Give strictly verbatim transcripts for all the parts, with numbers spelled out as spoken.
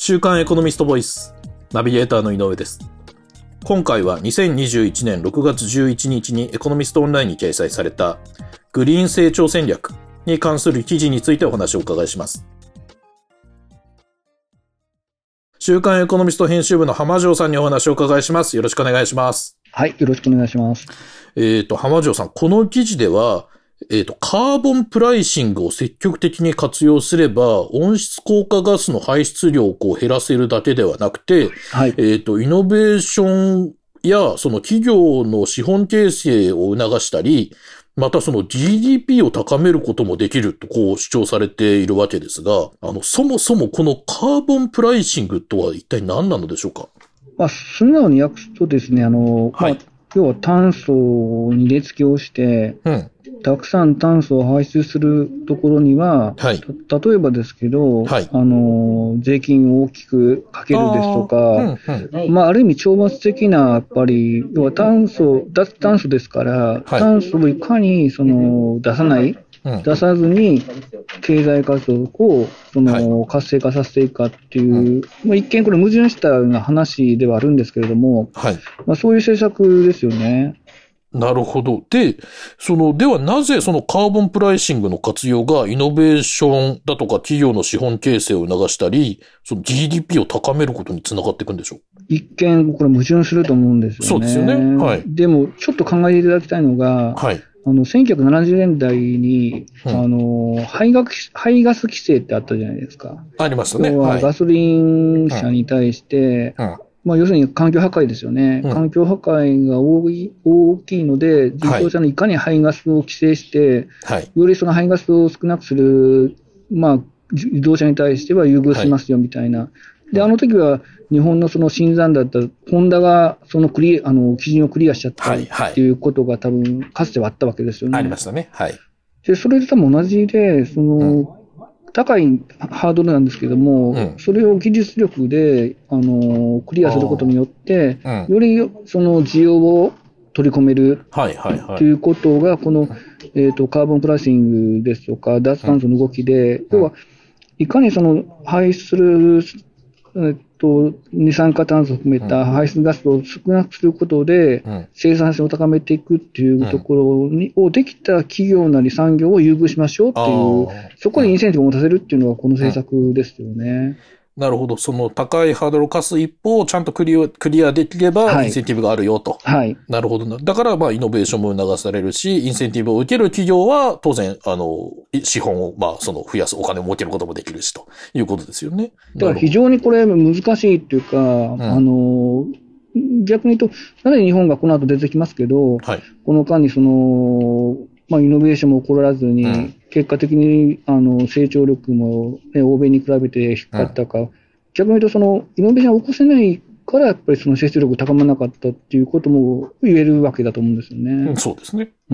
週刊エコノミストボイスナビゲーターの井上です。今回はにせんにじゅういちねんろくがつじゅういちにちにエコノミストオンラインに掲載されたグリーン成長戦略に関する記事についてお話をお伺いします。週刊エコノミスト編集部の浜城さんにお話をお伺いします。よろしくお願いします。 はい、よろしくお願いします。 えっと、浜城さん、この記事では、えっと、カーボンプライシングを積極的に活用すれば、温室効果ガスの排出量をこう減らせるだけではなくて、はい、えっと、イノベーションや、その企業の資本形成を促したり、またその ジーディーピー を高めることもできるとこう主張されているわけですが、あの、そもそもこのカーボンプライシングとは一体何なのでしょうか？ まあ、素直に訳すとですね、あの、はい、まあ、要は炭素に値付けをして、うん、たくさん炭素を排出するところには、はい、例えばですけど、はい、あの、税金を大きくかけるですとか、うんうん、まあ、ある意味懲罰的な、やっぱり、要は炭素、脱炭素ですから、はい、炭素をいかに、その、出さない、うん、出さずに、経済活動を、その、活性化させていくかっていう、うん、まあ、一見これ矛盾したような話ではあるんですけれども、はい、まあ、そういう政策ですよね。 なるほど。で、その、ではなぜそのカーボンプライシングの活用がイノベーションだとか企業の資本形成を促したり、その ジーディーピー を高めることにつながっていくんでしょう？ 一見これ矛盾すると思うんですよね。 そうですよね。はい。 でもちょっと考えていただきたいのが、はい。あの、せんきゅうひゃくななじゅうねんだいに、うん、あの、排ガス、排ガス規制ってあったじゃないですか。 ありましたね。 はい。ガソリン車に対して、うんうん、まあ、要するに環境破壊ですよね。うん、環境破壊が大い大きいので、自動車のいかに排ガスを規制して、はい、よりその排ガスを少なくする、まあ、自動車に対しては優遇しますよみたいな。はい、で、あの時は日本のその新山だったホンダがそのクリあの基準をクリアしちゃったっていうことが多分かつてはあったわけですよね。 ありましたね。はい。 で、それと多分同じで、その、うん、高いハードルなんですけども、うん、それを技術力で、あの、クリアすることによって、うん、よりその需要を取り込めるということが、この、えっと、カーボンプライシングですとか、脱炭素の動きで、うん、要は、いかにその排出する、えっと、二酸化炭素を含めた排出ガスを少なくすることで、生産性を高めていくっていうところに、をできた企業なり産業を優遇しましょうっていう、そこにインセンティブを持たせるっていうのがこの政策ですよね。 なるほど。その高いハードルを課す一方、ちゃんとクリア、クリアできれば、インセンティブがあるよと。はい。なるほどな。だから、まあ、イノベーションも促されるし、インセンティブを受ける企業は、当然、あの、資本を、まあ、その、増やすお金を儲けることもできるし、ということですよね。 だから非常にこれ難しいっていうか、うん、あの、逆に言うと、なぜ日本がこの後出てきますけど、はい、この間にその、まあ、イノベーションも起こらずに、うん、結果的にあの成長力も、ね、欧米に比べて低かったか、うん、逆に言うとそのイノベーションを起こせないからやっぱりその成長力が高まらなかったっていうことも言えるわけだと思うんですよね。 うん、そうですね。 うん、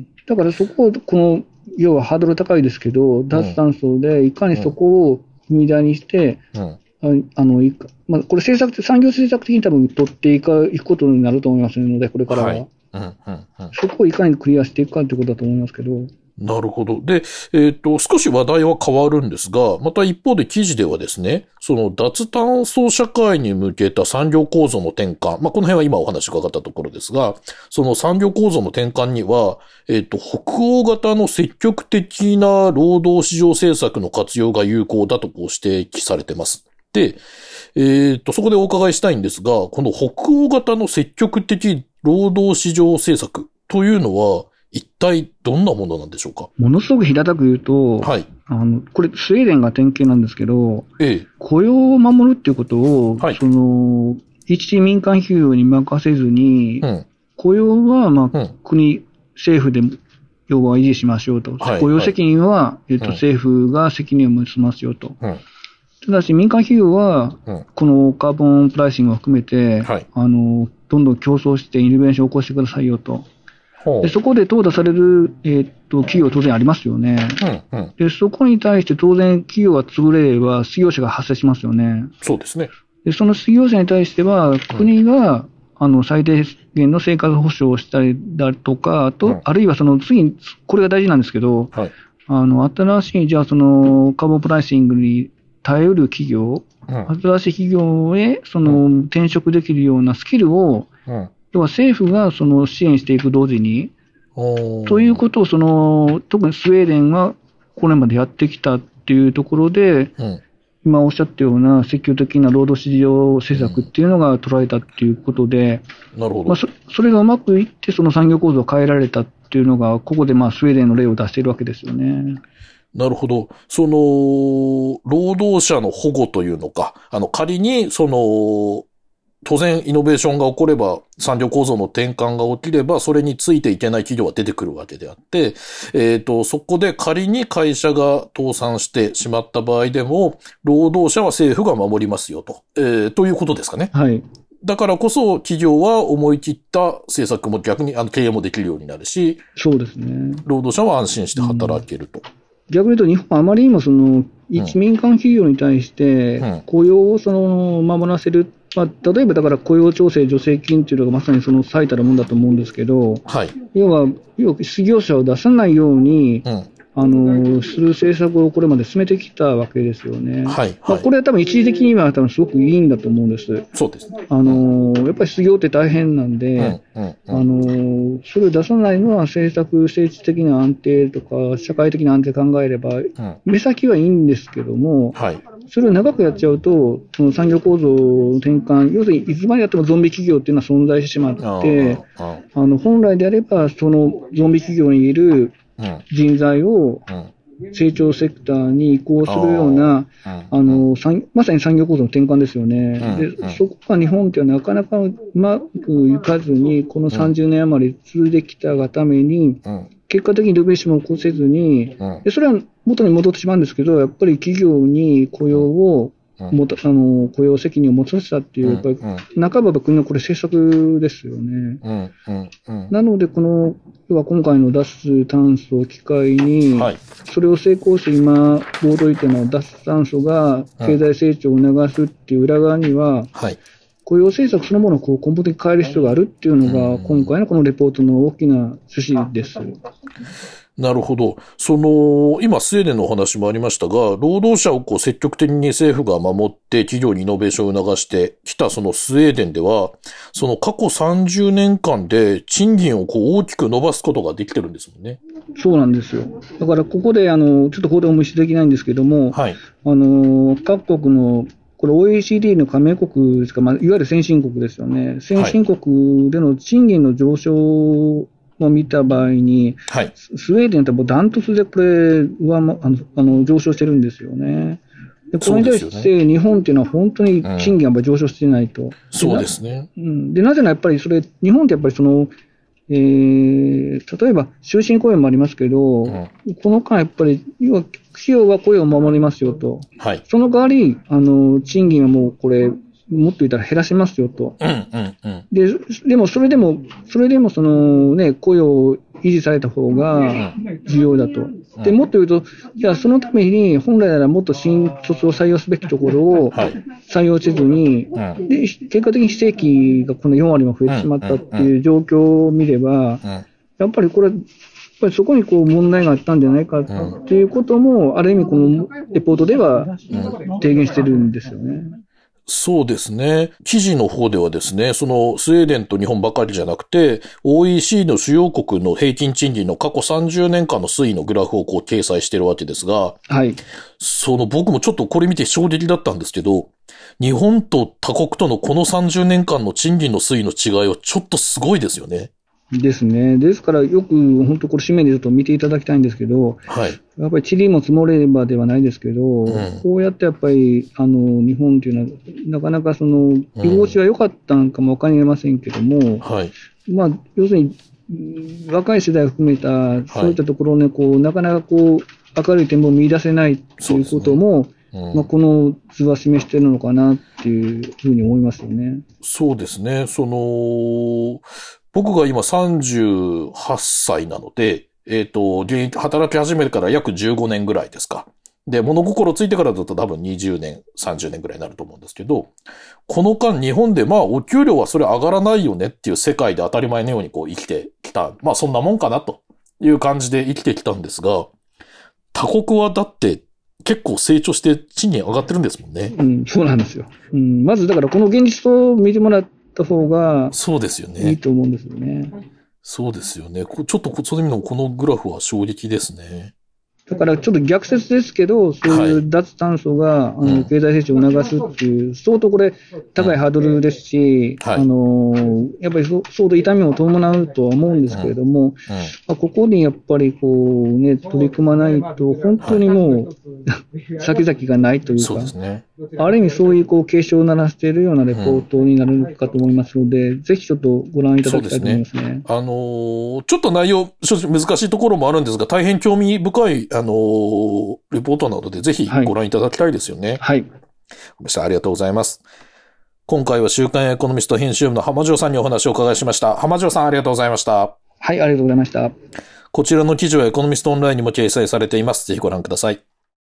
だからそこをこの要はハードル高いですけど、脱炭素でいかにそこを踏み台にして、うん、あのいかまあ、これ政策産業政策的に多分取っていくことになると思いますので、これからは。はい、うんうんうん、そこをいかにクリアしていくかということだと思いますけど。 なるほど。で、えっと、少し話題は変わるんですが、また一方で記事ではですね、その脱炭素社会に向けた産業構造の転換、まあ、この辺は今お話伺ったところですが、その産業構造の転換には、えっと、北欧型の積極的な労働市場政策の活用が有効だとこう指摘されてます。で、えっと、そこでお伺いしたいんですが、この北欧型の積極的労働市場政策というのは、一体どんなものなんでしょうか？ ものすごく平たく言うと、はい、あのこれスウェーデンが典型なんですけど、ええ、雇用を守るっていうことを、はい、その一民間企業に任せずに、うん、雇用は、まあうん、国政府で要は維持しましょうと、はい、雇用責任は、はい、えっと、政府が責任を持ちますよと。うん、ただし民間企業は、うん、このカーボンプライシングを含めて、はい、あのどんどん競争してイノベーションを起こしてくださいよと。でそこで淘汰される、えー、っと企業当然ありますよね、うんうん。で。そこに対して当然企業が潰れれば失業者が発生しますよね。 そうですね。 でその失業者に対しては国が、うん、あの最低限の生活保障をしたりだとか、あと、うん、あるいはその次、これが大事なんですけど、はい、あの新しいじゃあそのカーボンプライシングに耐えうる企業、うん、新しい企業へその転職できるようなスキルを、うん、要は政府がその支援していく同時に、ということをその、特にスウェーデンがこれまでやってきたっていうところで、うん、今おっしゃったような積極的な労働市場政策っていうのが捉えたっていうことで、 うん、なるほど。 まあ、そ, それがうまくいって、その産業構造を変えられたっていうのが、ここでまあスウェーデンの例を出しているわけですよね。 なるほど。その、労働者の保護というのか、あの、仮に、その、当然、イノベーションが起これば、産業構造の転換が起きれば、それについていけない企業が出てくるわけであって、えっと、そこで仮に会社が倒産してしまった場合でも、労働者は政府が守りますよと、えー、ということですかね。 はい。 だからこそ、企業は思い切った政策も逆に、あの、経営もできるようになるし、 そうですね。 労働者は安心して働けると。うん、 逆に言うと、日本はあまりにもその、一民間企業に対して雇用をその守らせる、まあ、例えばだから雇用調整助成金というのがまさにその最たるものだと思うんですけど、はい、要は、要は失業者を出さないように、うん、あのする政策をこれまで進めてきたわけですよね。はいはい、まあ、これは多分一時的には多分すごくいいんだと思うんです。 そうですね。 あのやっぱり失業って大変なんで、うんうんうん、あのそれを出さないのは政策、政治的な安定とか社会的な安定を考えれば、うん、目先はいいんですけども、はい、それを長くやっちゃうと、その産業構造の転換、要するにいつまでやってもゾンビ企業っていうのは存在してしまって、ああの本来であればそのゾンビ企業にいる人材を成長セクターに移行するような、あのまさに産業構造の転換ですよね。でそこが日本ではなかなかうまくいかずに、このさんじゅうねん余り続いてきたがために、結果的にイノベーションを起こせずに、でそれは元に戻ってしまうんですけど、やっぱり企業に雇用をもた、あの雇用責任を持たせたっていう、やっぱり半ば国のこれ政策ですよね。うんうんうん、なので、この要は今回の脱炭素を機会に、はい、それを成功して今、冒頭言ったのは脱炭素が経済成長を促すっていう裏側には、はい、雇用政策そのものをこう根本的に変える必要があるっていうのが、今回のこのレポートの大きな趣旨です。 なるほど。その、今スウェーデンのお話もありましたが、労働者をこう積極的に政府が守って企業にイノベーションを促してきたそのスウェーデンでは、その過去さんじゅうねんかんで賃金をこう大きく伸ばすことができてるんですもんね。 そうなんですよ。だからここで、あの、ちょっとここでお見せできないんですけども、はい、あの、各国のこれ オーイーシーディー の加盟国ですか、まあ、いわゆる先進国ですよね。先進国での賃金の上昇を見た場合に、はい、スウェーデンってもうダントツでこれ上、あの、あの上昇してるんですよね。でこれに対して日本っていうのは本当に賃金が上昇してないと。うん、 そうですね。 うん、で、なぜならやっぱりそれ、日本ってやっぱりその、えー、例えば終身雇用もありますけど、うん、この間やっぱり、要は企業は雇用を守りますよと。はい、その代わり、あの、賃金はもうこれ、もっと言ったら減らしますよと。うんうんうん、で、でもそれでも、それでもそのね、雇用を維持された方が重要だと。うん、で、もっと言うと、じゃあそのために本来ならもっと新卒を採用すべきところを採用せずに、はい、で、結果的に非正規がこのよんわりも増えてしまったっていう状況を見れば、やっぱりこれ、やっぱりそこにこう問題があったんじゃないかっていうことも、ある意味このレポートでは提言してるんですよね。 そうですね。記事の方ではですね、そのスウェーデンと日本ばかりじゃなくて、オーイーシー の主要国の平均賃金の過去さんじゅうねんかんの推移のグラフをこう掲載してるわけですが、はい。その僕もちょっとこれ見て衝撃だったんですけど、日本と他国とのこのさんじゅうねんかんの賃金の推移の違いはちょっとすごいですよね。 ですね。ですからよく本当これ紙面でちょっと見ていただきたいんですけど、はい、やっぱり塵も積もればではないですけど、うん、こうやってやっぱりあの日本というのはなかなかその居心地は良かったんかもわかりませんけども、うんはい、まあ要するに若い世代を含めたそういったところをね、こうなかなかこう明るい点も見出せないということも、うんまあ、この図は示しているのかなっていうふうに思いますよね。 そうですね。その僕が今さんじゅうはっさいなので、えっと、働き始めてから約じゅうごねんぐらいですか。で、物心ついてからだと多分にじゅうねん、さんじゅうねんぐらいになると思うんですけど、この間日本でまあお給料はそれ上がらないよねっていう世界で当たり前のようにこう生きてきた。まあそんなもんかなという感じで生きてきたんですが、他国はだって結構成長して賃金上がってるんですもんね。 うん、そうなんですよ。うん、まずだからこの現実を見てもらった方が、 そうですよね。 いいと思うんですよね。 そうですよね。ちょっとそういう意味のこのグラフは衝撃ですね。 だからちょっと逆説ですけど、そういう脱炭素が、はい、あの経済成長を促すっていう、うん、相当これ、高いハードルですし、うんはい、あのやっぱりそ相当痛みを伴うとは思うんですけれども、うんうんまあ、ここにやっぱりこう、ね、取り組まないと、本当にもう、はい、先々がないというか、そうですね、ある意味そういうこう警鐘を鳴らしているようなレポートになるかと思いますので、うん、ぜひちょっとご覧いただきたいと思いますね。 そうですね。あのー、ちょっと内容、正直難しいところもあるんですが、大変興味深い、あのー、レポートなどでぜひご覧いただきたいですよね。 はい。 ありがとうございます。今回は週刊エコノミスト編集部の浜城さんにお話をお伺いしました。浜城さんありがとうございました。 はい、ありがとうございました。 こちらの記事はエコノミストオンラインにも掲載されています。ぜひご覧ください。